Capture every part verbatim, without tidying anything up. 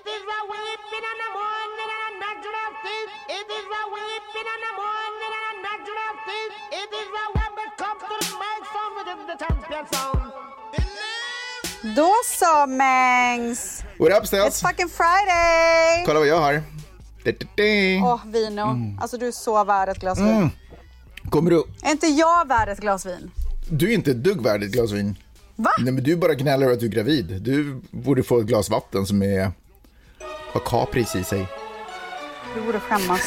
It is a weeping and a mourning and a natural thing. It is a weeping and a mourning and a natural thing. It is a when we come to the main song with the champion sound. Då så, Mangs. What up, Stels? It's fucking Friday. Kolla vad jag har. Åh, oh, vino. Mm. Alltså, du är så värd ett glas vin. Mm. Kommer du... Är inte jag värd ett glas vin? Du är inte ett dugg värd ett glas vin. Va? Nej, men du bara gnäller att du är gravid. Du borde få ett glas vatten som är... har kapris i sig. Du borde skämmas.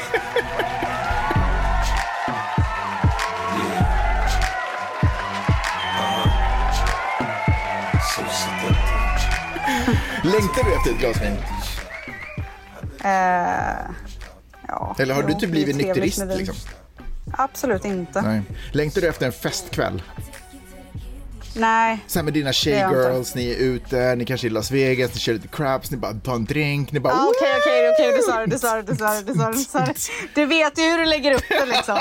Längtar du efter ett glas vin? Uh, ja, Eller har jo, du typ blivit nykterist liksom? Absolut inte. Nej. Längtar du efter en festkväll? Nej. Sen med dina tjejgirls, ni är ute, ni kanske är i Las Vegas, ni kör lite crabs, ni bara tar en drink, ni bara... Okej, okej, okej, du sa det, du sa det, du sa det, du sa det, du sa det. Du vet ju hur du lägger upp det liksom.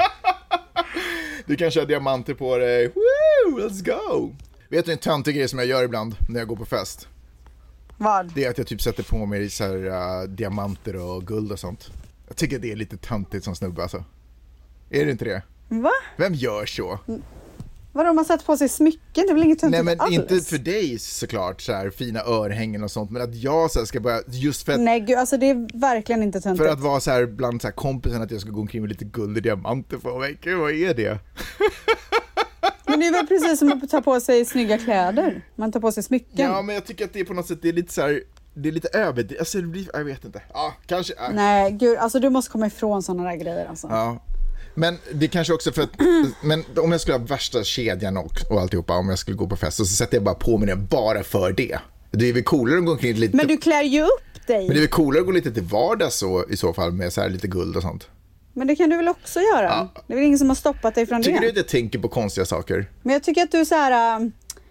Du kanske har diamanter på dig. Woo, let's go! Vet du en töntig grej som jag gör ibland när jag går på fest? Vad? Det är att jag typ sätter på mig så här, uh, diamanter och guld och sånt. Jag tycker det är lite töntigt som snubbe alltså. Är det inte det? Va? Vem gör så? Vadå, man sätter på sig smycken? Det är väl inget töntigt. Nej, men alls. inte för dig såklart, så här fina örhängen och sånt, men att jag så här, ska börja just för att... Nej, gud, alltså det är verkligen inte töntigt. För att vara så här bland så här kompisen, att jag ska gå omkring med lite guld och diamanter på mig. Gud, vad är det? Men det är väl precis som att ta på sig snygga kläder. Man tar på sig smycken. Ja, men jag tycker att det är på något sätt, det är lite så här, det är lite över, alltså det blir, jag vet inte. Ja, kanske. Ja. Nej, gud, alltså du måste komma ifrån sådana där grejer alltså. Ja. Men det är kanske också för att, men om jag skulle ha värsta kedjan och, och alltihopa, om jag skulle gå på fest, så sätter jag bara på mig det bara för det. Det är väl coolare att gå omkring lite... Men du klär ju upp dig. Men det är väl coolare att gå lite till vardags så, i så fall, med så här lite guld och sånt. Men det kan du väl också göra? Ja. Det är väl ingen som har stoppat dig från tycker det. Tycker du att jag tänker på konstiga saker? Men jag tycker att du är så här...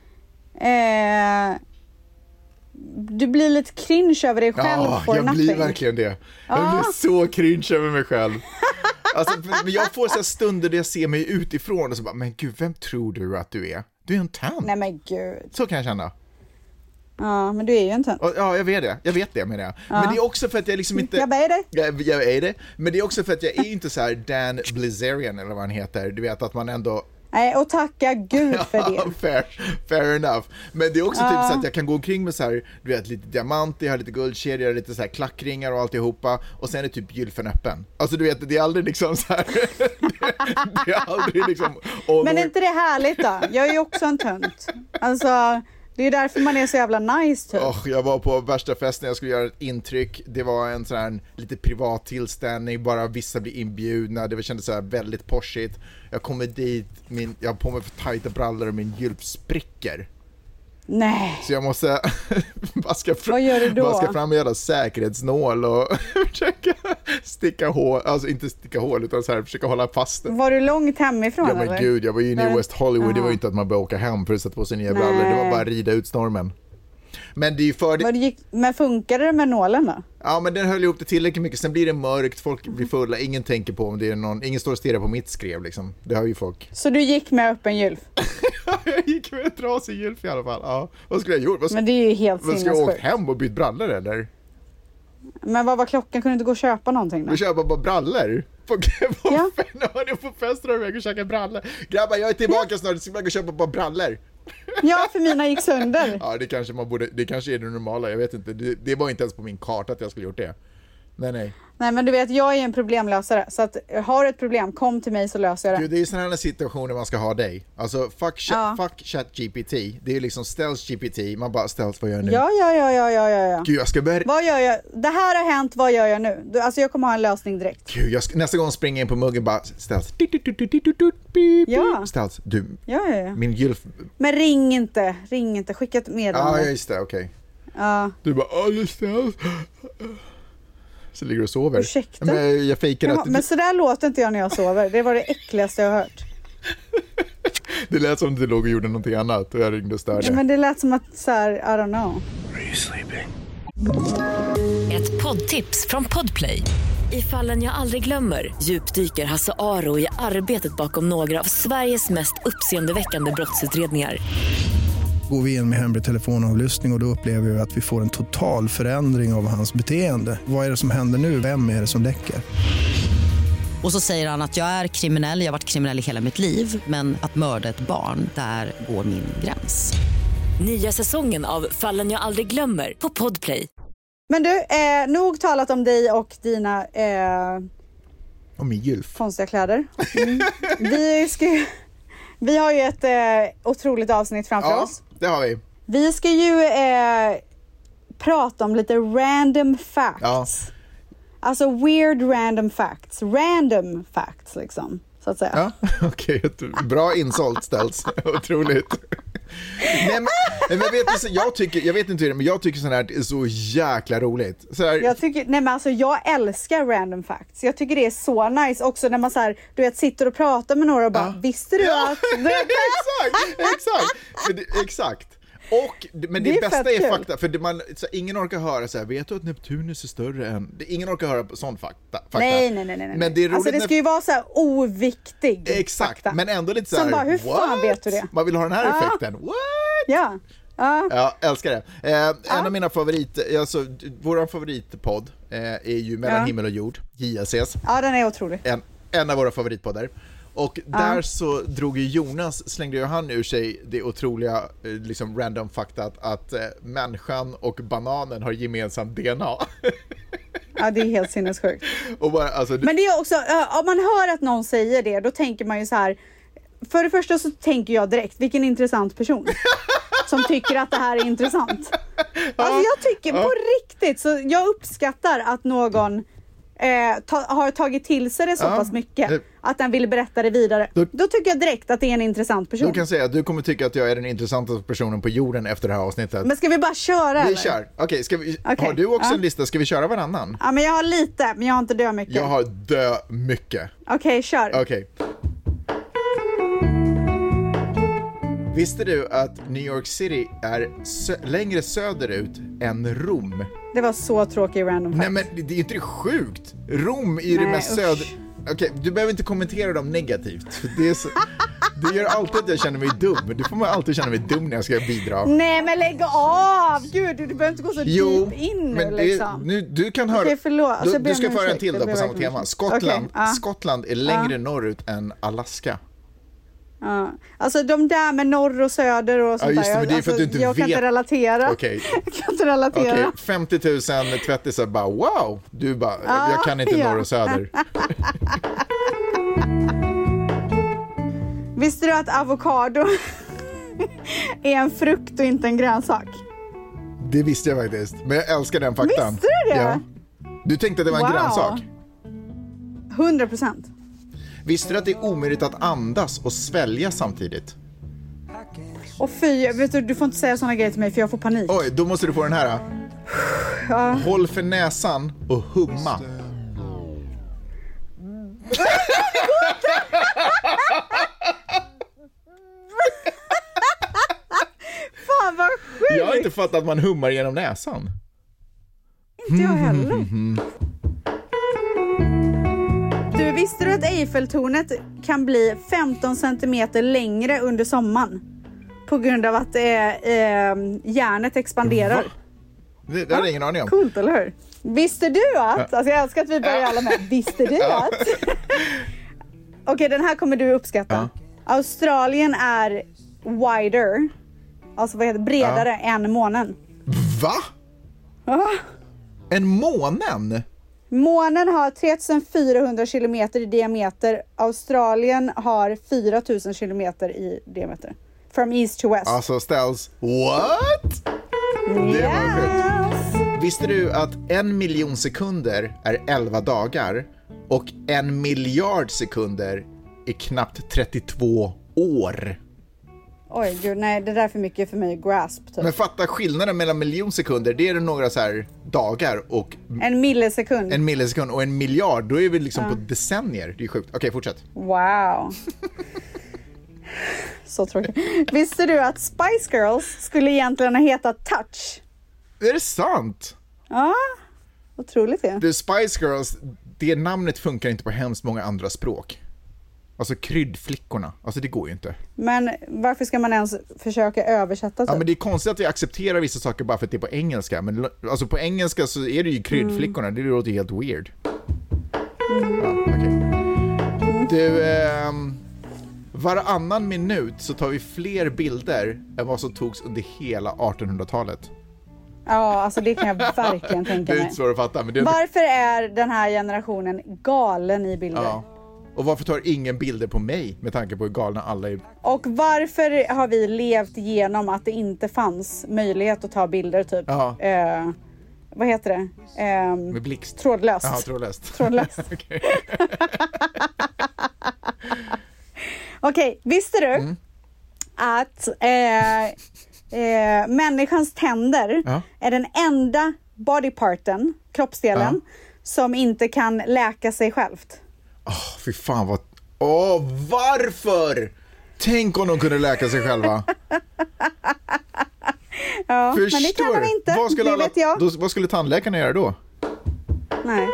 Eh, du blir lite cringe över dig själv. Ja, for jag nothing. blir verkligen det. Jag Ja. blir så cringe över mig själv. Alltså, men jag får så här stunder där jag ser mig utifrån och så bara, men gud, vem tror du att du är? Du är en tönt. Nej men gud. Så kan jag känna. Ja, men du är ju en tönt. Ja, jag vet det. Jag vet det med det. Ja. Men det är också för att jag liksom inte... Jag är det. Jag, jag är det. Men det är också för att jag är inte så här Dan Blizzarian eller vad han heter. Du vet att man ändå... Nej, och tacka gud för det. fair, fair enough. Men det är också ja. typ så att jag kan gå omkring med så här, du vet, lite diamanter, jag har lite guldkedjor, lite så här klackringar och alltihopa. Och sen är typ gylfen öppen. Alltså du vet, det är aldrig liksom så här... det, det är aldrig liksom... Men är inte det härligt då? Jag är ju också en tönt. Alltså... Det är därför man är så jävla nice typ. Oh, jag var på värsta festen, jag skulle göra ett intryck. Det var en sån här lite privat tillställning, bara vissa blir inbjudna. Det kändes så här väldigt poshigt. Jag kommer dit, min, jag har på mig för tajta brallor och min gylf spricker. Nej. Så jag måste vaska fram, Vad gör du då? vaska fram en jävla säkerhetsnål och försöka sticka hål, alltså inte sticka hål utan så här försöka hålla fast det. Var du långt hemifrån ja, men eller? Gud, jag var ju inne i West Hollywood. Aha. Det var ju inte att man började åka hem för att sätta på sig nya brallor. Det var bara att rida ut stormen. Men det är ju för det... det gick... Men funkade det med nålen då? Ja, men den höll ihop det tillräckligt mycket. Sen blir det mörkt, folk blir fulla. Ingen tänker på om det är någon... Ingen står och stirrar på mitt skrev liksom. Det har ju folk. Så du gick med öppen gylf? Jag gick med en trasig gylf i alla fall. Ja. Vad skulle jag gjort? Vad sk... Men det är ju helt sinnessjukt. Ska jag åkt hem och bytt brallor eller? Men vad var klockan? Kunde du inte gå och köpa någonting då? Du köper bara brallor? På, på, ja. på, på fester och jag går och käka brallor. Grabbar, jag är tillbaka ja. snart. Ska jag gå och köpa bara brallor? Ja, för mina gick sönder. Ja, det kanske man borde, det kanske är det normala, jag vet inte. Det, det var inte ens på min karta att jag skulle gjort det. Nej, nej. Nej, men du vet, jag är en problemlösare. Så att har du ett problem, kom till mig så löser jag det. Gud, det är ju sådana här situationer man ska ha dig. Alltså, fuck, ja. fuck ChatGPT. Det är liksom ställs G P T. Man bara ställs, vad gör jag nu? Ja, ja, ja, ja, ja, ja. Gud, jag ska börja... Vad gör jag? Det här har hänt, vad gör jag nu? Alltså, jag kommer ha en lösning direkt. Gud, jag ska, nästa gång springer in på muggen bara ställs. Ja. Ställs, du. Ja, ja, ja. Min gylf... Men ring inte, ring inte. Skicka ett meddelande. Ja, just det, okej. Okay. Ja. Du bara, åh, det ställs. Så ligger du och sover. Ursäkta? Men jag fejkar att... Men så där låter inte jag när jag sover. Det var det äckligaste jag har hört. Det lät som att du låg och gjorde någonting annat och jag ringde och störde. Ja, men det lät som att så här, I don't know. Are you sleeping? Ett poddtips från Podplay. I Fallen jag aldrig glömmer djupdyker Hasse Aro i arbetet bakom några av Sveriges mest uppseendeväckande brottsutredningar. Går vi in med hemlig telefonavlyssning och, och då upplever vi att vi får en total förändring av hans beteende. Vad är det som händer nu? Vem är det som läcker? Och så säger han att jag är kriminell, jag har varit kriminell i hela mitt liv. Men att mörda ett barn, där går min gräns. Nya säsongen av Fallen jag aldrig glömmer på Podplay. Men du, eh, nog talat om dig och dina eh, och min gylf. konstiga kläder. Mm. vi, ska, vi har ju ett eh, otroligt avsnitt framför ja, oss. Det har vi. Vi ska ju eh, prata om lite random facts. Ja. Alltså weird random facts. Random facts liksom, så att säga. Ja, okej. Okay. Bra insålt ställs. Otroligt. Nej, men, men vet du, jag, tycker, jag vet inte hur det, men jag tycker sånt här är så jäkla roligt. Så här, jag, tycker, nej men alltså, jag älskar random facts. Jag tycker det är så nice också när man så här, du vet, sitter och pratar med några och bara, ja. Visste du ja. att... exakt, exakt, det, exakt. Och, men det, det är bästa är kul. Fakta, för det man, så ingen orkar höra så här, vet du att Neptunus är större än... Det, ingen orkar höra sån fakta. fakta. Nej, nej, nej, nej. Men det är alltså det när... ska ju vara så här oviktig exakt, fakta. Men ändå lite så här, som bara, hur fan what? Vet du det? Man vill ha den här ah. effekten. What? Ja. Ah. Ja, älskar det. Eh, en ah. av mina favorit, alltså vår favoritpodd eh, är ju Mellan ja. himmel och jord, J L C:s. Ja, den är otrolig. En, en av våra favoritpoddar. Och där ah. så drog ju Jonas, slängde ju han ur sig det otroliga liksom random fakta att, att äh, människan och bananen har gemensamt D N A. Ja, det är helt sinnessjukt. Och bara, alltså, Men det är också, om man hör att någon säger det, då tänker man ju så här. För det första så tänker jag direkt, vilken intressant person som tycker att det här är intressant. Alltså jag tycker på riktigt, så jag uppskattar att någon Eh, ta, har tagit till sig det så ja, pass mycket eh, att den vill berätta det vidare. Då, då tycker jag direkt att det är en intressant person. Du kan säga att du kommer tycka att jag är den intressantaste personen på jorden efter det här avsnittet. Men ska vi bara köra? Vi eller? kör. Okej, ska vi, okay. Har du också ja. en lista? Ska vi köra varannan? Ja, men jag har lite, men jag har inte dö mycket. Jag har dö mycket. Okej, okay, kör. Okej. Okay. Visste du att New York City är sö- längre söderut än Rom? Det var så tråkigt random fact. Nej, men det är inte det sjukt. Rom är ju det mest söder... Okej, okay, du behöver inte kommentera dem negativt. För det, är så... det gör alltid att jag känner mig dum. Du får man alltid känna mig dum när jag ska bidra. Nej, men lägg av! Gud, du behöver inte gå så jo, deep in men nu liksom. Nu, du kan höra... Okay, förlåt. Du, du ska föra en till då på samma tema. Skottland, okay, uh. Skottland är längre uh. norrut än Alaska. Ja, alltså de där med norr och söder och sånt ja, just det, där. Men det är för alltså, att du inte jag vet. Kan inte relatera. Okay. Jag kan inte relatera. Okay. femtio tusen tvättisar bara wow. Du bara, ah, jag kan inte ja. norr och söder. Visste du att avokado är en frukt och inte en grönsak? Det visste jag faktiskt. Men jag älskar den faktan. Visste du det? Ja. Du tänkte att det var en wow. grönsak? hundra procent. Visste du att det är omöjligt att andas och svälja samtidigt? Och fy, vet du, du får inte säga såna grejer till mig för jag får panik. Oj, då måste du få den här. Ja. Håll för näsan och humma. Fan vad sjukt. Jag har inte fattat att man hummar genom näsan. Inte jag heller. Du, visste du att Eiffeltornet kan bli femton centimeter längre under sommaren? På grund av att eh, eh, järnet expanderar. Va? Det, det har jag ingen aning om. Coolt, eller hur? Visste du att... Alltså jag älskar att vi börjar alla med. Visste du att... Okej, okay, den här kommer du uppskatta. Ja. Australien är wider. Alltså vad heter det? Bredare ja. än månen. Va? Ja. En månen? Månen har tre tusen fyrahundra kilometer i diameter. Australien har fyra tusen kilometer i diameter. From east to west. Alltså ställs, what? Yes. Det var sjukt. Visste du att en miljon sekunder är elva dagar och en miljard sekunder är knappt trettiotvå år? Oj, gud, nej, det där är för mycket för mig att grasp. Typ. Men fatta skillnaden mellan miljon sekunder, det är några så här dagar och... En millisekund. En millisekund och en miljard, då är vi liksom ja. på decennier. Det är sjukt. Okej, fortsätt. Wow. Så tråkigt. Visste du att Spice Girls skulle egentligen heta Touch? Är det sant? Ja, otroligt det. The Spice Girls, det namnet funkar inte på hemskt många andra språk. Alltså kryddflickorna. Alltså det går ju inte. Men varför ska man ens försöka översätta typ? Ja, men det är konstigt att vi accepterar vissa saker bara för att det är på engelska. Men alltså på engelska så är det ju kryddflickorna. Mm. Det låter helt weird. Mm. Ja, okej. Okay. Mm. Du, eh, varannan minut så tar vi fler bilder än vad som togs under hela artonhundratalet. Ja, alltså det kan jag verkligen tänka mig. Det är inte svårt att fatta. Men det är... Varför är den här generationen galen i bilder? Ja. Och varför tar ingen bilder på mig med tanke på hur galna alla är? Och varför har vi levt igenom att det inte fanns möjlighet att ta bilder typ? Ja. Eh, vad heter det? Eh, med blixt. Trådlöst. Ja, trådlöst. Trådlöst. Okej, okay, visste du mm. att eh, eh, människans tänder ja. är den enda bodyparten, kroppsdelen, ja. som inte kan läka sig självt? Åh, oh, fy fan vad... Åh, oh, varför? Tänk om de kunde läka sig själva. Ja, förstår. Men det kan de inte. Vad skulle, det alla, vet jag. Då, vad skulle tandläkarna göra då? Nej.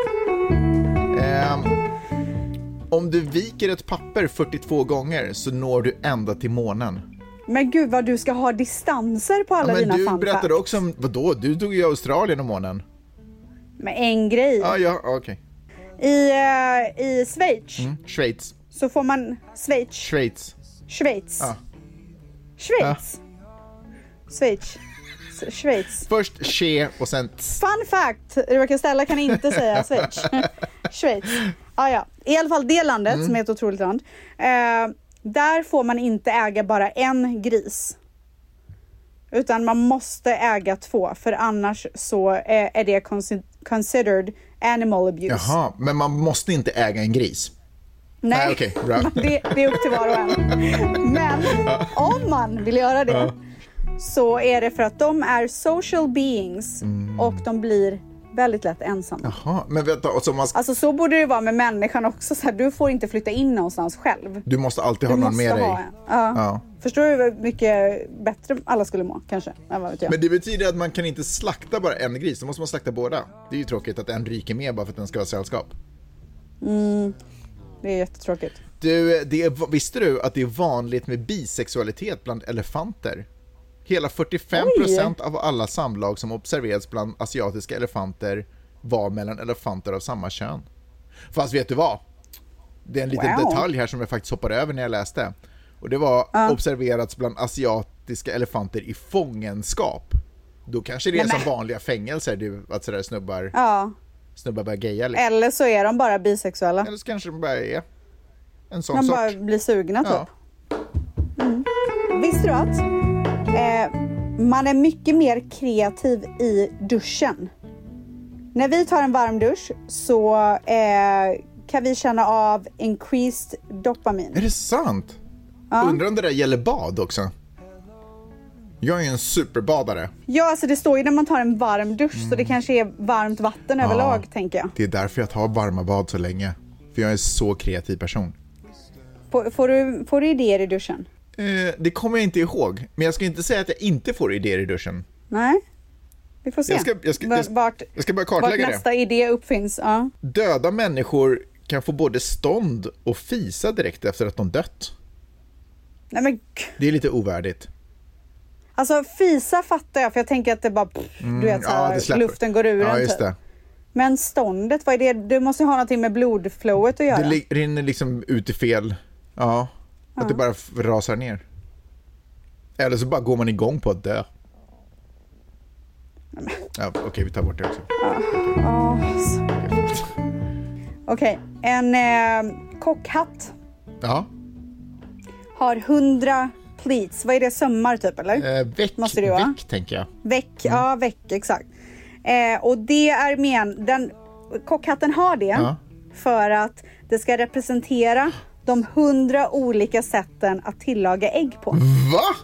Um, om du viker ett papper fyrtiotvå gånger så når du ända till månen. Men gud vad du ska ha distanser på alla ja, dina fun facts. Du berättade också om... Vadå? Du tog ju Australien och månen. Men en grej. Ah, ja, okej. Okay. I, uh, I Schweiz. Mm, Schweiz. Så får man... Schweiz. Schweiz. Schweiz. Ja. Schweiz. Ja. Schweiz. Schweiz. Först che och sen... Fun fact. Rebecca Stella kan inte säga Schweiz. Schweiz. Ah, ja. I alla fall det landet mm. som är ett otroligt land. Uh, där får man inte äga bara en gris. Utan man måste äga två. För annars så är, är det considered animal abuse. Jaha, men man måste inte äga en gris. Nej, Nej okay, bra. det, det är upp till var och en. Men om man vill göra det ja. så är det för att de är social beings mm. och de blir väldigt lätt ensamma. Jaha, men vänta, alltså, man ska... alltså så borde det vara med människan också. Så här, du får inte flytta in någonstans själv. Du måste alltid ha du någon med dig. Ja. Ja. Förstår du hur mycket bättre alla skulle må, kanske? Ja, vad vet jag. Men det betyder att man kan inte slakta bara en gris, då måste man slakta båda. Det är ju tråkigt att en ryker med bara för att den ska ha sällskap. Mm, det är jättetråkigt. Du, det är, visste du att det är vanligt med bisexualitet bland elefanter? Hela fyrtiofem procent av alla samlag som observerats bland asiatiska elefanter var mellan elefanter av samma kön. Fast vet du vad? Det är en liten wow. detalj här som jag faktiskt hoppade över när jag läste. Och det var uh. observerats bland asiatiska elefanter i fångenskap. Då kanske det är som vanliga fängelser du, att sådär snubbar, ja. snubbar börjar geja. Liksom. Eller så är de bara bisexuella. Eller så kanske de bara är en sån de sort. De bara blir sugna typ. Ja. Mm. Visste du att eh, man är mycket mer kreativ i duschen? När vi tar en varm dusch så eh, kan vi känna av increased dopamin. Är det sant? Ja. Undrar om det där gäller bad också. Jag är en superbadare. Ja, alltså det står ju när man tar en varm dusch mm. så det kanske är varmt vatten ja, överlag, tänker jag. Det är därför jag tar varma bad så länge. För jag är en så kreativ person. Får, får, du, får du idéer i duschen? Eh, det kommer jag inte ihåg. Men jag ska inte säga att jag inte får idéer i duschen. Nej, vi får se. Jag ska, jag ska, jag ska, vart, jag ska börja kartlägga vart nästa det. idé uppfinns. Ja. Döda människor kan få både stånd och fisa direkt efter att de dött. Nej, men... Det är lite ovärdigt. Alltså fisa fattar jag, för jag tänker att det bara pff, mm, du vet, så här, ja, luften går ur ja, en just typ. Det. Men ståndet, vad är det? Du måste ha någonting med blodflowet att göra. Det rinner liksom ut i fel. Ja, ja. Att det bara rasar ner. Eller så bara går man igång på att dö. Ja, okej, okay, vi tar bort det också. Ja. Ja. Okej, okay. En eh, kockhatt. Ja. Har hundra pleats. Vad är det, sömmar typ, eller? Eh, väck, måste det vara? väck tänker jag. Väck, mm. ja, väck, exakt. Eh, och det är men den kockhatten har det ja. för att det ska representera de hundra olika sätten att tillaga ägg på. Va?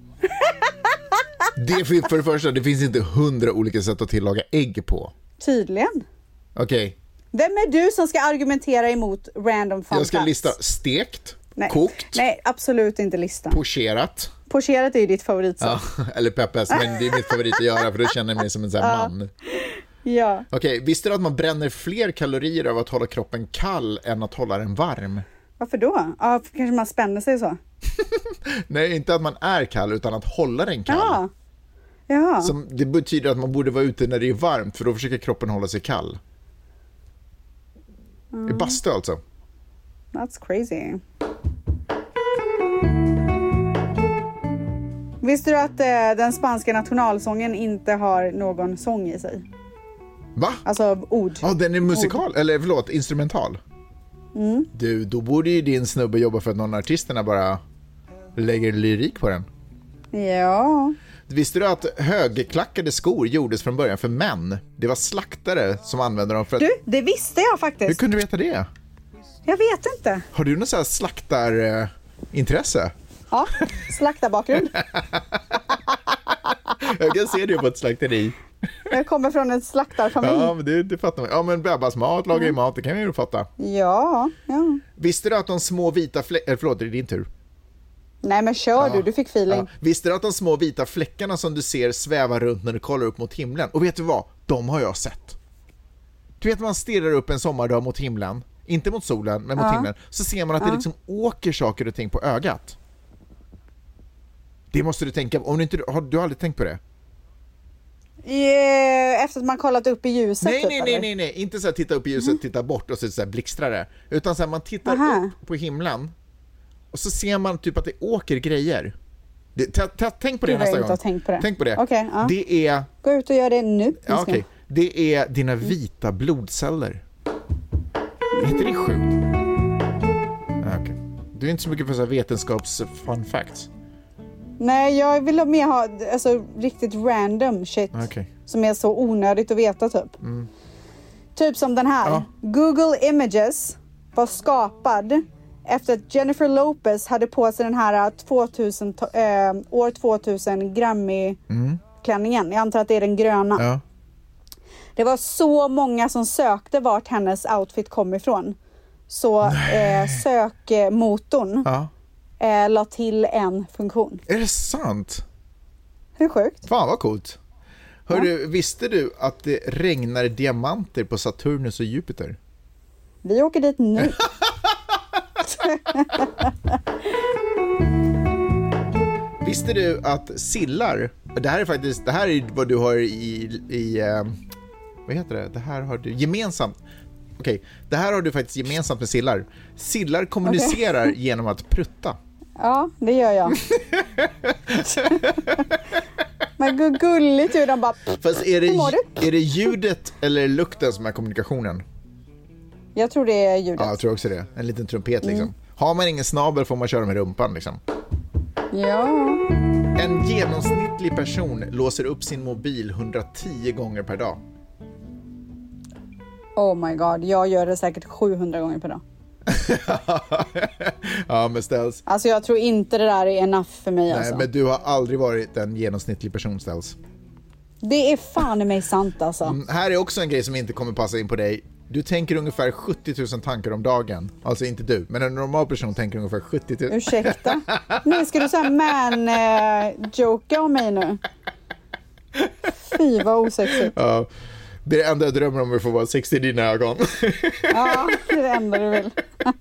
Det finns, för det första, det finns inte hundra olika sätt att tillaga ägg på. Tydligen. Okej. Okay. Vem är du som ska argumentera emot random fun Jag ska facts? lista stekt, Nej. kokt. Nej, absolut inte listan. Pocherat. Pocherat är ju ditt favorit. Ja, eller peppes, men det är mitt favorit att göra för då känner jag mig som en sån här man. Ja. Okej, okay, visste du att man bränner fler kalorier av att hålla kroppen kall än att hålla den varm? Varför då? Ja, kanske man spänner sig så. Nej, inte att man är kall utan att hålla den kall. Ja. Ja. Som, det betyder att man borde vara ute när det är varmt för då försöker kroppen hålla sig kall. Mm. I bastu alltså. That's crazy. Visste du att eh, den spanska nationalsången inte har någon sång i sig? Va? Alltså ord. Ja, den är musikal, ord. Eller förlåt, instrumental. Mm. Du, då borde ju din snubbe jobba för att någon artisterna bara lägger lyrik på den. Ja. Visste du att högklackade skor gjordes från början för män? Det var slaktare som använde dem för att... Du, det visste jag faktiskt. Hur kunde du veta det? Jag vet inte. Har du något så här slaktarintresse? Ja, slaktarbakgrund. Jag kan se det på ett slakteri. Jag kommer från en slaktarfamilj. Ja, men det, det fattar man. Ja, men bebas mat, lagar ju mat, det kan vi ju fatta. Ja, ja. Visste du att de små vita fläckarna... Förlåt, det är din tur. Nej, men kör Ja. du, du fick feeling. Ja. Visste du att de små vita fläckarna som du ser svävar runt när du kollar upp mot himlen? Och vet du vad? De har jag sett. Du vet, man stirrar upp en sommardag mot himlen. Inte mot solen, men mot Ja. himlen. Så ser man att Ja. det liksom åker saker och ting på ögat. Det måste du tänka på. Om du inte har du har aldrig tänkt på det? Yeah, efter att man kollat upp i ljuset. Nej, typ, nej, nej, eller? nej, nej. Inte så här titta upp i ljuset, titta bort och så, så här blixtrar det. Utan så här, man tittar Aha. upp på himlen och så ser man typ att det åker grejer. Det, t- t- tänk på det Gud, nästa jag gång. inte har tänkt på det. Tänk på det. Okej, ja. Det är... Gå ut och gör det nu. Ja, Ska- okej. Det är dina vita blodceller. Är inte det sjukt? Ja, okej. Du är inte så mycket för så här vetenskaps fun facts. Nej, jag vill mer ha alltså, riktigt random shit. Okej. Som är så onödigt att veta typ. Typ som den här. Ja. Google Images var skapad efter att Jennifer Lopez hade på sig den här tvåtusen, äh, år tvåtusen Grammy-klänningen. Jag antar att det är den gröna. Ja. Det var så många som sökte vart hennes outfit kom ifrån. Så eh, sökmotorn Ja. eh, la till en funktion. Är det sant? Hur sjukt? Fan vad coolt. Hör du, visste du att det regnar diamanter på Saturnus och Jupiter? Vi åker dit nu. Visste du att sillar, det här är faktiskt, det här är vad du har i, i eh, vad heter det? Det här har du gemensamt. Okej, okay. Det här har du faktiskt gemensamt med sillar. Sillar kommunicerar okay. genom att prutta. Ja, det gör jag. Men gu- gulligt hur de bara... Fast är Hur mår det, du? är det ljudet eller lukten som är kommunikationen? Jag tror det är ljudet. Ja, jag tror också det. En liten trumpet liksom. Mm. Har man ingen snabel får man köra med rumpan liksom. Ja. En genomsnittlig person låser upp sin mobil hundratio gånger per dag. Oh my god, jag gör det säkert sjuhundra gånger per dag. Ja, men ställs. Alltså jag tror inte det där är enough för mig. Nej, alltså. men du har aldrig varit en genomsnittlig person, ställs. Det är fan i mig sant alltså. Mm, här är också en grej som inte kommer passa in på dig. Du tänker ungefär sjuttio tusen tankar om dagen. Alltså inte du, men en normal person tänker ungefär sjuttio tusen. Ursäkta. Nu ska du säga man eh, joka om mig nu. Fy vad osexigt. Ja, det är det enda jag drömmer om att få vara sextio i dina ögon. Ja, det är det enda du vill.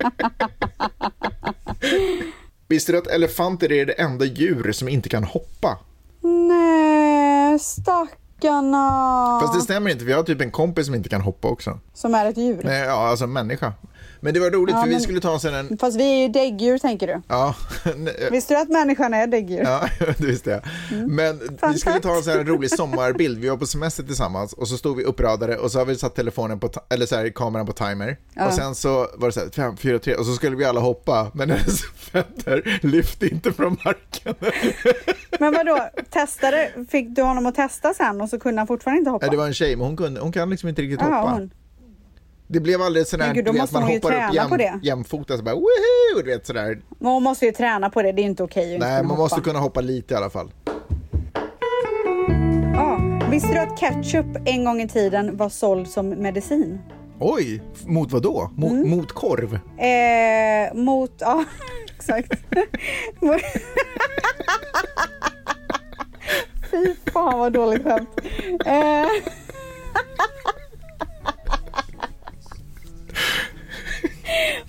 Visste du att elefanter är det enda djur som inte kan hoppa? Nej, stackarna. Fast det stämmer inte, vi har typ en kompis som inte kan hoppa också. Som är ett djur. Nej, ja, alltså en människa. Men det var roligt Ja, för men... vi skulle ta oss en... Fast vi är ju däggdjur tänker du. Ja. Visste du att människan är däggdjur? Ja, det visste jag. Mm. Men Fun vi skulle fact. ta en så här rolig sommarbild. Vi var på semester tillsammans och så stod vi uppradade och så har vi satt telefonen på, eller så här, kameran på timer. Ja. Och sen så var det så här, fem, fyra, tre och så skulle vi alla hoppa. Men hennes fötter lyfte inte från marken. Men vadå, testade, fick du honom att testa sen och så kunde han fortfarande inte hoppa? Ja, det var en tjej, men hon, kunde, hon kan liksom inte riktigt Aha, hoppa. hon. Det blev aldrig sådär, Men gud, då du vet, måste man hon ju hoppar upp träna jäm, på det. jämfota så bara, woohoo, du vet sådär. Men hon måste ju träna på det, det är inte okej. att Nej, inte man hoppa. måste kunna hoppa lite i alla fall. Ja, visste du att ketchup en gång i tiden var såld som medicin? Oj, mot vad då? Mot, Mm. mot korv? Eh, mot, ja, exakt. Fy fan vad dåligt skämt. Eh.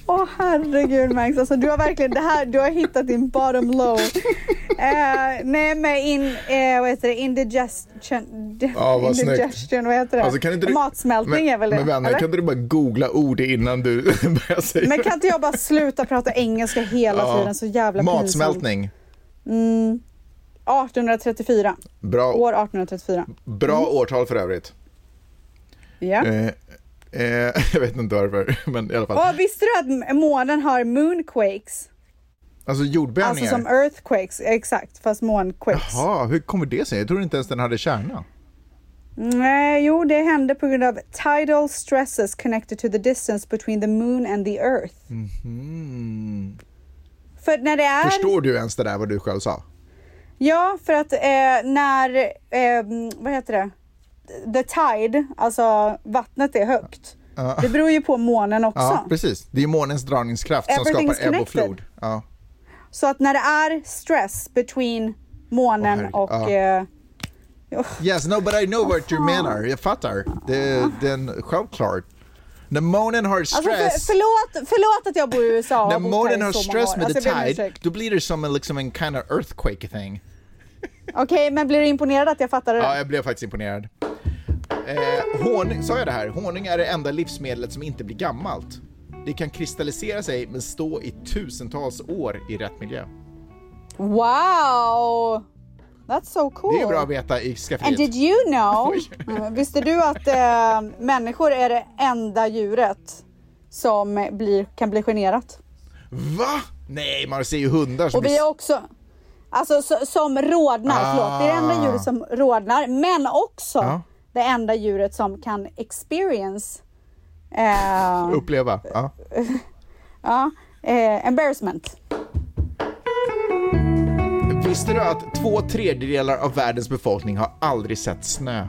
Åh oh, herregud Max, alltså du har verkligen det här, du har hittat din bottom low. uh, nej men in, uh, vad heter det, indigestion, ja, vad indigestion, vad heter det? Alltså, kan inte du, matsmältning men, är väl det? Men vänner, kan inte du bara googla ord innan du börjar säga? Men kan inte jag bara sluta prata engelska hela ja. tiden, så jävla pinsamt. Matsmältning. Mm, arton trettiofyra. Bra. År arton trettiofyra. Bra mm. årtal för övrigt. Ja. Eh, Eh, jag vet inte varför, men i alla fall. Åh, visste du att månen har moonquakes? Alltså jordbävningar? Alltså som earthquakes, exakt, fast månquakes. Jaha, hur kommer det sig? Jag tror inte ens den hade kärna. Nej, jo, det hände på grund av tidal stresses connected to the distance between the moon and the earth. Mm-hmm. För när det är... Förstår du ens det där vad du själv sa? Ja, för att eh, när, eh, vad heter det? The tide, alltså vattnet är högt. Uh. Det beror ju på månen också. Ja, precis. Det är månens dragningskraft som skapar ebb och flod. Ja. Så att när det är stress between månen oh, och... Uh. Uh, yes, no, but I know oh, what you menar. Jag fattar. Det, den, självklart. När månen har stress... Alltså för, förlåt, förlåt att jag bor i U S A. När månen har stress med alltså, the tide, då blir det som en, liksom en kind of earthquake thing. Okej, okay, men blir du imponerad att jag fattar det? Ja, jag blev faktiskt imponerad. Eh, honung, sa jag det här? Honung är det enda livsmedlet som inte blir gammalt. Det kan kristallisera sig men stå i tusentals år i rätt miljö. Wow! That's so cool. Det är bra att veta i skafferiet. And did you know, visste du att eh, människor är det enda djuret som blir, kan bli generat? Va? Nej, man ser ju hundar som... Och vi är också... Alltså så, som rodnar, ah. förlåt. Det är det enda djuret som rodnar, men också... Ah. Det enda djuret som kan experience eh, uppleva ja. ja, eh, embarrassment. Visste du att två tredjedelar av världens befolkning har aldrig sett snö?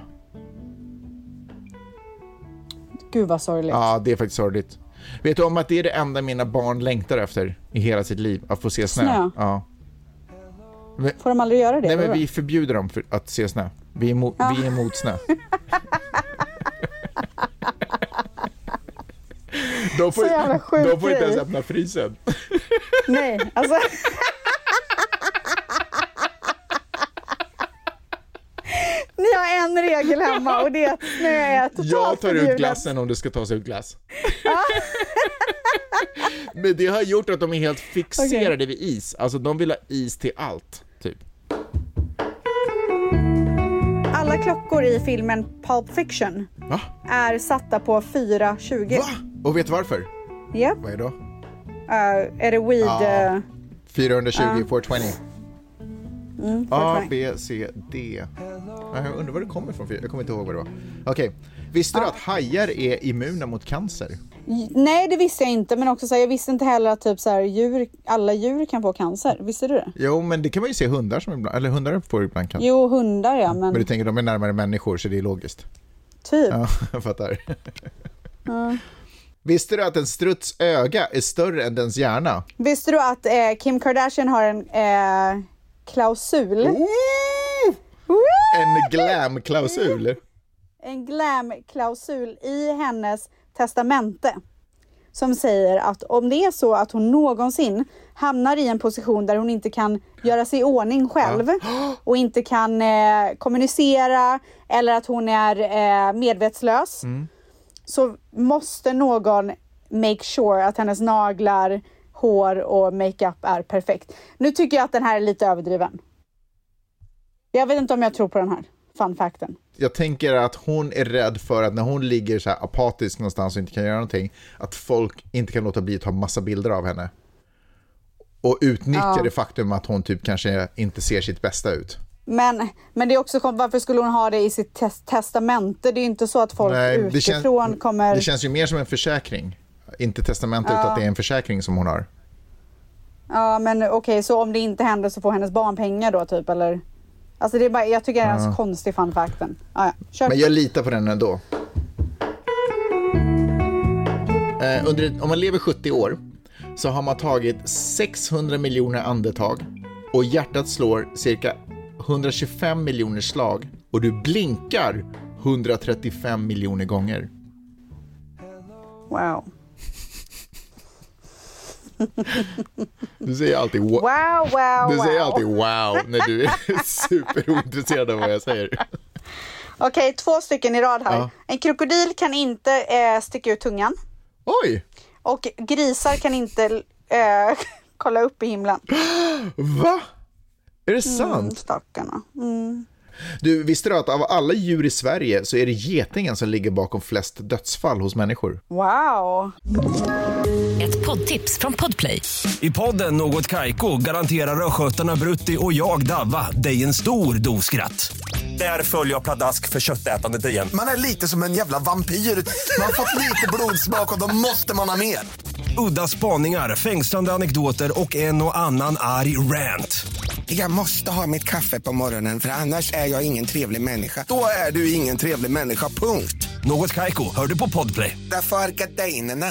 Gud vad sorgligt. Ja, det är faktiskt sorgligt. Vet du om att det är det enda mina barn längtar efter i hela sitt liv, att få se snö? Snö? Ja. Får de aldrig göra det? Nej, men vi förbjuder dem för att se snö. Vi är, mo- ja. vi är emot snö. De får, de får inte ens öppna frysen. Nej, alltså... Ni har en regel hemma och det är att snö är totalt jag tar förbjudet. Ut glassen om det ska tas ut glass. Men det har gjort att de är helt fixerade okay. vid is. Alltså de vill ha is till allt, typ. Alla klockor i filmen Pulp Fiction Va? är satta på fyra tjugo. Va? Och vet du varför? Ja. Yep. Vad är det då? Uh, är det weed? Ja. Uh, fyrahundratjugo, uh. fyrahundratjugo. Mm, A, B, C, D. Jag undrar var det kommer ifrån. Jag kommer inte ihåg vad det var. Okej. Okay. Visste uh. du att hajar är immuna mot cancer? Nej, det visste jag inte. Men också så här, jag visste inte heller att typ så här, djur, alla djur kan få cancer. Visste du det? Jo, men det kan man ju se hundar som ibland, eller hundar får ibland cancer. Jo, hundar ja. Men, men du tänker de är närmare människor så det är logiskt. Typ. Ja, jag fattar. uh. Visste du att en struts öga är större än dens hjärna? Visste du att eh, Kim Kardashian har en eh, klausul? Oh! En glam-klausul? En glam-klausul i hennes testamente som säger att om det är så att hon någonsin hamnar i en position där hon inte kan göra sig i ordning själv ja. och inte kan eh, kommunicera eller att hon är eh, medvetslös mm. så måste någon make sure att hennes naglar, hår och makeup är perfekt. Nu tycker jag att den här är lite överdriven. Jag vet inte om jag tror på den här fun facten. Jag tänker att hon är rädd för att när hon ligger så här apatisk någonstans och inte kan göra någonting, att folk inte kan låta bli att ta massa bilder av henne. Och utnyttja ja. det faktum att hon typ kanske inte ser sitt bästa ut. Men, men det är också, varför skulle hon ha det i sitt tes- testamente? Det är ju inte så att folk Nej, utifrån känns, kommer... Det känns ju mer som en försäkring. Inte testamente ja. utan att det är en försäkring som hon har. Ja, men okej, okay, så om det inte händer så får hennes barn pengar då typ, eller... Alltså det är bara, jag tycker det är en ja. så konstig fun facten. Ah, ja. Kör. Men jag litar på den ändå. Eh, under, om man lever sjuttio år så har man tagit sexhundra miljoner andetag och hjärtat slår cirka hundratjugofem miljoner slag och du blinkar hundratrettiofem miljoner gånger. Wow. Du säger alltid wow. Wow, wow, Du wow. säger alltid wow när du är superointresserad av vad jag säger. Okej, okay, två stycken i rad här. Ja. En krokodil kan inte eh, sticka ut tungan. Oj! Och grisar kan inte eh, kolla upp i himlen. Va? Är det Mm, sant? stackarna. Mm. Du, visste du att av alla djur i Sverige så är det getingen som ligger bakom flest dödsfall hos människor? Wow. Ett poddtips från Podplay. I podden Något Kaiko garanterar östgötarna Brutti och jag Davva dig en stor dos skratt. Där följer jag pladask för köttätandet igen. Man är lite som en jävla vampyr. Man har fått lite blodsmak och då måste man ha mer. Udda spaningar, fängslande anekdoter och en och annan arg rant. Jag måste ha mitt kaffe på morgonen för annars är jag ingen trevlig människa. Då är du ingen trevlig människa, punkt. Något Kaiko, hör du på Podplay. Därför är gardinerna.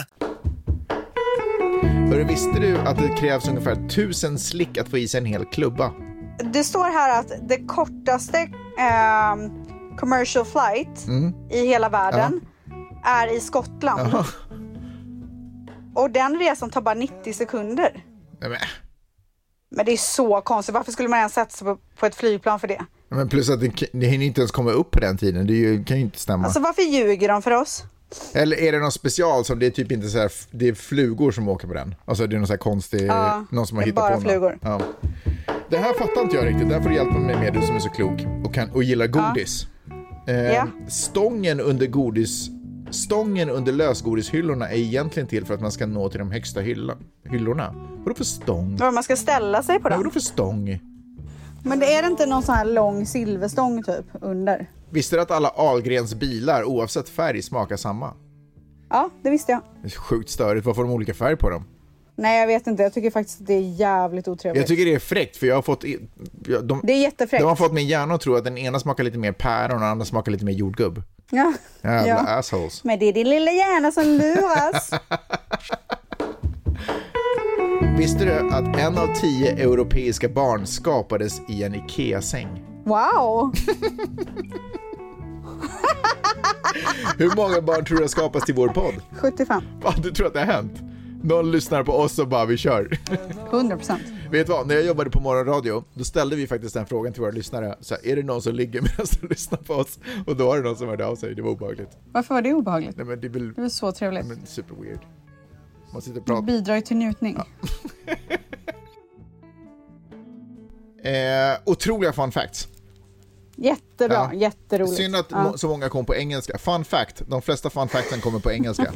Hörru, visste du att det krävs ungefär tusen slick att få i sig en hel klubba? Det står här att det kortaste eh, commercial flight Mm. i hela världen är i Skottland. Jaha. Och den resan tar bara nittio sekunder. Nej, men. Men det är så konstigt. Varför skulle man ens sätta sig på, på ett flygplan för det? Men plus att det, det hinner inte ens komma upp på den tiden. Det är ju, kan ju inte stämma. Alltså varför ljuger de för oss? Eller är det någon special som det är typ inte så här, det är flugor som åker på den? Alltså det är någon så här konstig, Ja, någon som har det är hittat bara på flugor. Ja. Det här fattar inte jag riktigt. Där får du hjälpa mig med, du som är så klok och, kan, och gillar godis. Ja. Eh, Ja. Stången under godis Stången under lösgodishyllorna är egentligen till för att man ska nå till de högsta hylla, hyllorna. Vadå för stång? Var man ska ställa sig på Ja, den. vadå för stång? Men det är det inte någon sån här lång silverstång typ under? Visste du att alla Ahlgrens bilar oavsett färg smakar samma? Ja, det visste jag. Det är sjukt störigt. Vad får de olika färg på dem? Nej, jag vet inte. Jag tycker faktiskt att det är jävligt otrevligt. Jag tycker det är fräckt för jag har fått i- jag- de, Det är jättefräckt. de har fått min hjärna att tro att den ena smakar lite mer päron och den andra smakar lite mer jordgubb. Ja. Jävla Ja. assholes. Men det är din lilla hjärna som luras. Visste du att en av tio europeiska barn skapades i en Ikea-säng? Wow. Hur många barn tror du har skapats till vår podd? sjuttiofem. Va, du tror att det har hänt? Någon lyssnar på oss och bara vi kör. hundra procent. Vet du vad, när jag jobbade på morgonradio då ställde vi faktiskt den frågan till våra lyssnare. Så här, är det någon som ligger medan de lyssnar på oss? Och då var det någon som hörde av sig, det var obehagligt. Varför var det obehagligt? Nej, men det är väl Det var så trevligt. men, super weird. Man sitter och Det pratar. bidrar ju till njutning. Eh, otroliga fun facts. Jättebra, Ja. jätteroligt. Synd att Ja. må- så många kom på engelska. Fun fact, de flesta fun factsen kommer på engelska.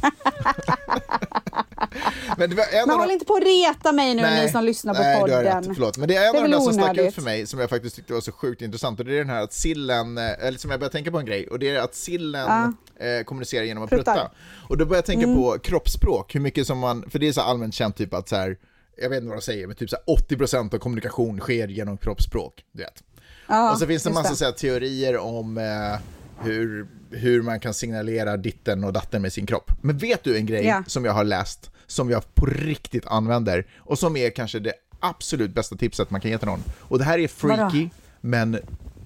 Men det var en Men av håll de... inte på att reta mig nu, Nej, ni som lyssnar på nej, du har podden. rätt, förlåt. Men det är en Det är av de väl där som stack ut onödigt. för mig som jag faktiskt tyckte var så sjukt intressant. Och det är den här att sillen, eh, eller som jag började tänka på en grej. Och det är att sillen eh, kommunicerar genom att Pruttar. prutta. Och då började jag tänka Mm. på kroppsspråk. Hur mycket som man, för det är så allmänt känt typ att så här, jag vet inte vad jag säger, men typ så här åttio procent av kommunikation sker genom kroppsspråk. Du vet. Ja, Och så finns det en just massa så här, teorier om eh, hur, hur man kan signalera ditten och datten med sin kropp. Men vet du en grej Ja. som jag har läst, som jag på riktigt använder och som är kanske det absolut bästa tipset man kan ge till någon. Och det här är freaky, Vadå? men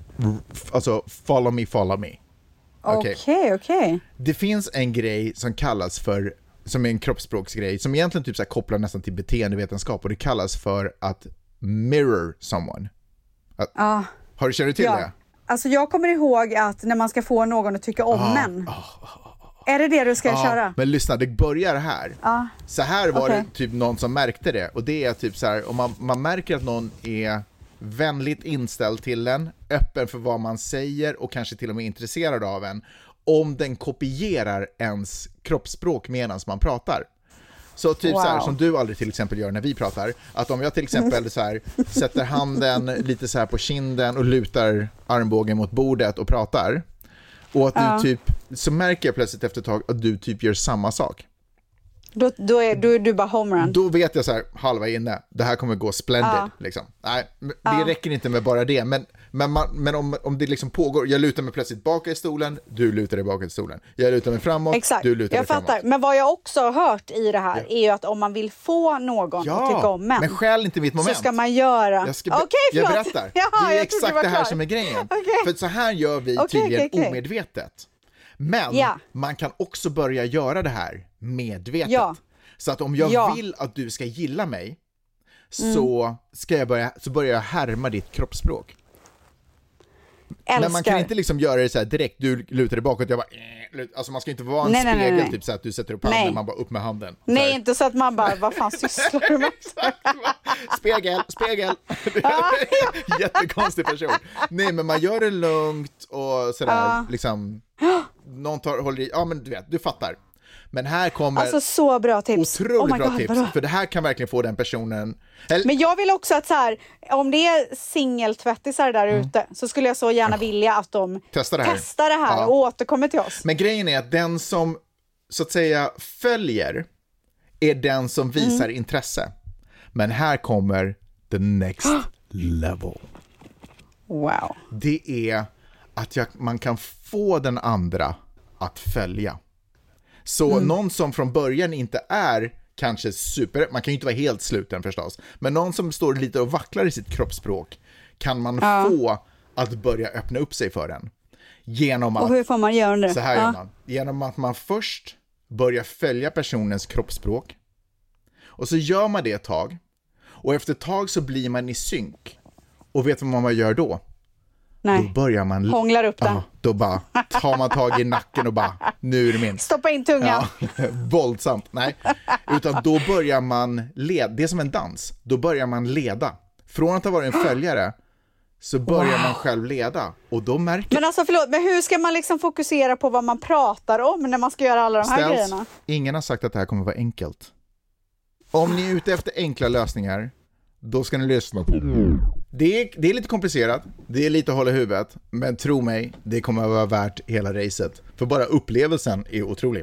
f- alltså follow me, follow me. Okej. Okej, okej. Det finns en grej som kallas för, som är en kroppsspråksgrej, som egentligen typ så här kopplar nästan till beteendevetenskap, och det kallas för att mirror someone. Att, Ja. har du känner du till Ja. det? Alltså jag kommer ihåg att när man ska få någon att tycka om Ah, en. Är det det du ska Ja, köra? men lyssna, det börjar här. Ja. Så här var Okej. det typ någon som märkte det. Och det är typ så här, om man, man märker att någon är vänligt inställd till en, öppen för vad man säger och kanske till och med intresserad av en, om den kopierar ens kroppsspråk medan man pratar. Så typ Wow. så här, som du aldrig till exempel gör när vi pratar, att om jag till exempel så här, sätter handen lite så här på kinden och lutar armbågen mot bordet och pratar, och att du Ja. typ, så märker jag plötsligt efter ett tag att du typ gör samma sak. Då, då, är, då är du bara homerun. Då vet jag så här, halva inne, det här kommer gå splendid. Ja. Liksom. Nej, men det Ja. räcker inte med bara det. Men, men, man, men om, om det liksom pågår, jag lutar mig plötsligt bak i stolen, du lutar dig bak i stolen. Jag lutar mig framåt, Exakt, du lutar dig jag framåt. fattar. Men vad jag också har hört i det här är ju att om man vill få någon att tycka om en, men skäl inte mitt moment. så ska man göra... Jag, ska be- Okej, jag förlåt. berättar. Jaha, det är jag trodde exakt du var det här klar. som är grejen. Okej. För så här gör vi Okej, tydligen okej, okej. omedvetet. Men Ja. man kan också börja göra det här medvetet. Ja. Så att om jag Ja. vill att du ska gilla mig så, ska jag börja, så börjar jag härma ditt kroppsspråk. Älskar. Men man kan inte liksom göra det så här direkt, du lutar dig bakåt, jag bara, eh, alltså man ska inte vara en Nej, nej, spegel nej, nej. typ så att du sätter upp handen, Nej. man bara upp med handen. Så Nej, här. inte så att man bara, vad fan sysslar du med? Spegel, spegel. Jättekonstig person. Nej, men man gör det lugnt och sådär, Ja. liksom, någon tar, håller i, ja men du vet, du fattar. Men här kommer Alltså så bra tips. otroligt Oh my bra God, tips, vadå? för det här kan verkligen få den personen. Eller, Men jag vill också att så här, om det är singeltvättisar där ute så skulle jag så gärna vilja att de Testa det här. testar det här Ja. och återkommer till oss. Men grejen är att den som så att säga följer är den som visar Mm. intresse. Men här kommer the next level. Wow. Det är att jag, man kan få den andra att följa. Så Mm. någon som från början inte är kanske super, man kan ju inte vara helt sluten förstås, men någon som står lite och vacklar i sitt kroppsspråk kan man Ja. få att börja öppna upp sig för den. Genom att, Och hur får man göra det? så här Ja. gör man, genom att man först börjar följa personens kroppsspråk och så gör man det ett tag och efter ett tag så blir man i synk och vet vad man gör då? Då Nej. börjar man Hånglar upp den. Ja, då bara tar man tag i nacken och bara, nu är det min. Stoppa in tungan. Ja, våldsamt, nej. Utan då börjar man leda, det är som en dans, då börjar man leda. Från att ha varit en följare så börjar Wow. man själv leda. Och då märker Men alltså förlåt, men hur ska man liksom fokusera på vad man pratar om när man ska göra alla de här ställs, grejerna? ingen har sagt att det här kommer vara enkelt. Om ni är ute efter enkla lösningar, då ska ni lyssna på. Det är, det är lite komplicerat, det är lite att hålla i huvudet, men tro mig, det kommer att vara värt hela racet. För bara upplevelsen är otrolig.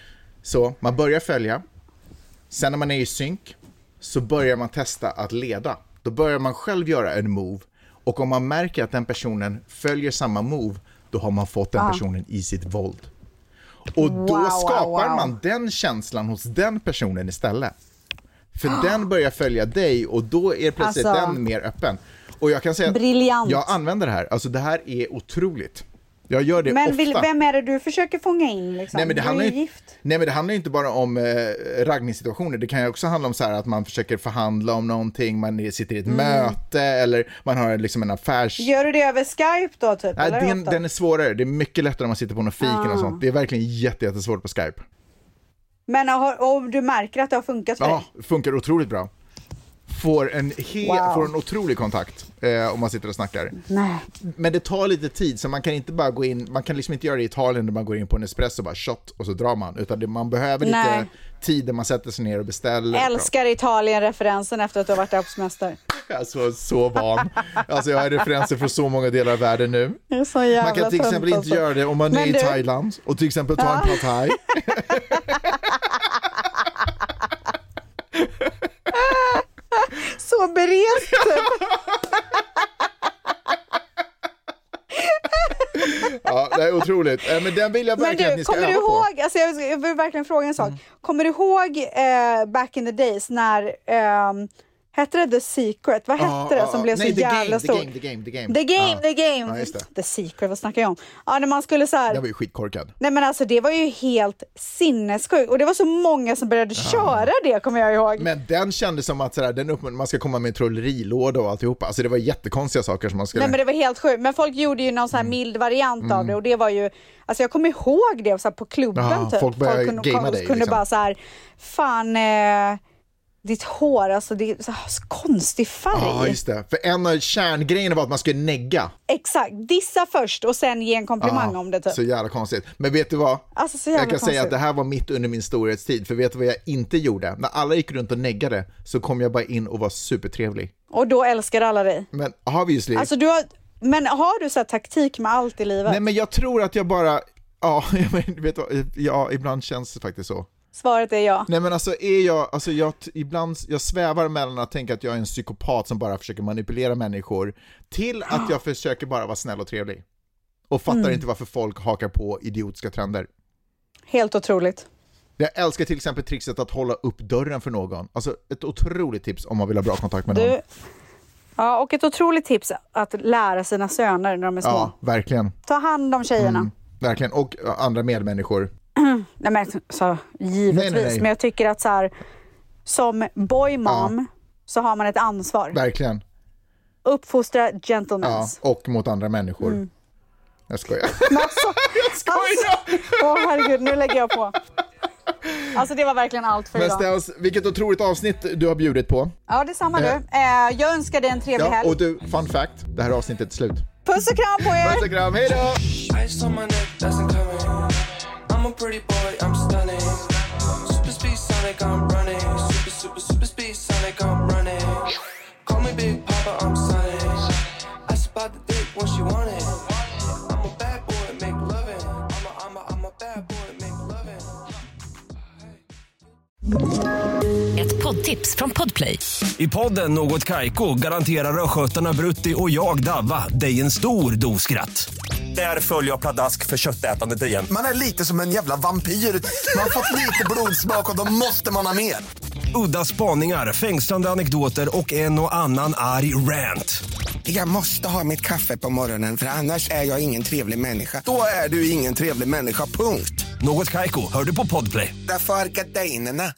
Så man börjar följa, sen när man är i synk så börjar man testa att leda. Då börjar man själv göra en move, och om man märker att den personen följer samma move, då har man fått den personen i sitt våld. Och då Wow, skapar wow, wow. man den känslan hos den personen istället. För den börjar följa dig och då är plötsligt Alltså, den mer öppen. Och jag kan säga att briljant. jag använder det här. Alltså det här är otroligt. Jag gör det Men ofta. vill, vem är det du försöker fånga in? Liksom? Nej, men det Du är handlar ju ju, gift. nej men det handlar ju inte bara om eh, raggningssituationer. Det kan ju också handla om så här att man försöker förhandla om någonting. Man sitter i ett Mm. möte eller man har liksom en affärs... Gör du det över Skype då typ? Nej, eller den, ofta? den är svårare. Det är mycket lättare om man sitter på någon fiken Ah. och sånt. Det är verkligen jätte, jättesvårt på Skype. Men har, om du märker att det har funkat för Ja, dig? funkar otroligt bra. Får en, he- Wow. får en otrolig kontakt eh, om man sitter och snackar. Nej. Men det tar lite tid, så man kan inte bara gå in, man kan liksom inte göra det i Italien där man går in på en espresso och bara shot och så drar man, utan det, man behöver lite Nej. tid där man sätter sig ner och beställer. Älskar Italien-referensen efter att du har varit där på semester. Alltså så van. Alltså jag har referenser från så många delar av världen nu. Det är så jävla Man kan till exempel tungt, inte alltså. göra det om man Men är i du- Thailand och till exempel ta en pad thai. Så berest typ. Ja, det är otroligt. Eh, Men den vill jag Men verkligen att du, ni ska kommer du öva på. ihåg, alltså jag, jag vill verkligen fråga en sak. Kommer du ihåg eh, back in the days när, ehm, hette det The Secret? Vad hette Ja, det ja, som ja. blev Nej, så the jävla game, stort? The game, the game, the game. The game, Ja. the game. Ja, just det. The Secret, vad snackar jag om? Ja, när man skulle så här... Den var ju skitkorkad. Nej men alltså det var ju helt sinnessjukt och det var så många som började köra det, kommer jag ihåg. Men den kändes som att sådär, den upp, man ska komma med en trollerilåda och alltihopa. Alltså det var jättekonstiga saker som man skulle... Nej men det var helt sjukt, men folk gjorde ju någon sån här Mm. mild variant av det och det var ju, alltså jag kommer ihåg det så här, på klubben Ja, typ. folk började kunde, gamea dig, kunde liksom. bara så här, fan eh, ditt hår, alltså det är så här, så konstig färg. Ja, just det. För en av kärngrejerna var att man skulle negga. Exakt, dissa först och sen ge en komplimang Ja, om det typ. så jävla konstigt. Men vet du vad? Alltså, så jävla jag kan säga konstigt. att det här var mitt under min storhetstid. För vet du vad jag inte gjorde? När alla gick runt och neggade så kom jag bara in och var supertrevlig. Och då älskar alla dig. Men obviously... Alltså du har, men har du så här taktik med allt i livet? Nej, men jag tror att jag bara... Ja, men vet du vad? Ja, ibland känns det faktiskt så. Svaret är ja. Nej men alltså är jag, alltså jag ibland, jag svävar mellan att tänka att jag är en psykopat som bara försöker manipulera människor till att jag försöker bara vara snäll och trevlig. Och fattar Mm. inte varför folk hakar på idiotiska trender. Helt otroligt. Jag älskar till exempel trixet att hålla upp dörren för någon. Alltså ett otroligt tips om man vill ha bra kontakt med någon. Du, ja, och ett otroligt tips att lära sina söner när de är små. Ja, verkligen. Ta hand om tjejerna. Mm, verkligen. Och ja, andra medmänniskor. Nej men så givetvis. Nej, nej, nej. Men jag tycker att så här, som boymom Ja. så har man ett ansvar. Verkligen. Uppfostra Ja, gentlemans. och mot andra människor. Mm. Jag skojar. Men alltså, Jag skojar! Alltså, åh herregud, nu lägger jag på. Alltså det var verkligen allt för Men idag. Stels, vilket otroligt avsnitt du har bjudit på. Ja, detsamma Eh. du. Eh, jag önskar dig en trevlig Ja, helg. och du, fun fact, det här avsnittet är slut. Puss och kram på er! Puss och kram, hej då! Ice on my neck, doesn't come in. I'm a pretty boy, I'm stunning. Super speed Sonic, I'm running. Super, super, super speed Sonic, I'm running. Call me Big Papa, I'm Sonic. Ask about the dick when she want it. I'm a bad boy, make loving. I'm a, I'm a, I'm a bad boy, make loving. Ett poddtips från Podplay. I podden Något Kaiko garanterar östgötarna Brutti och jag Davva dig en stor dos skratt. Där följer jag pladask för köttätandet igen. Man är lite som en jävla vampyr. Man har fått lite blodsmak och då måste man ha mer. Udda spaningar, fängslande anekdoter och en och annan arg rant. Jag måste ha mitt kaffe på morgonen för annars är jag ingen trevlig människa. Då är du ingen trevlig människa, punkt. Något Kaiko, hör du på Podplay. Därför är gardinerna.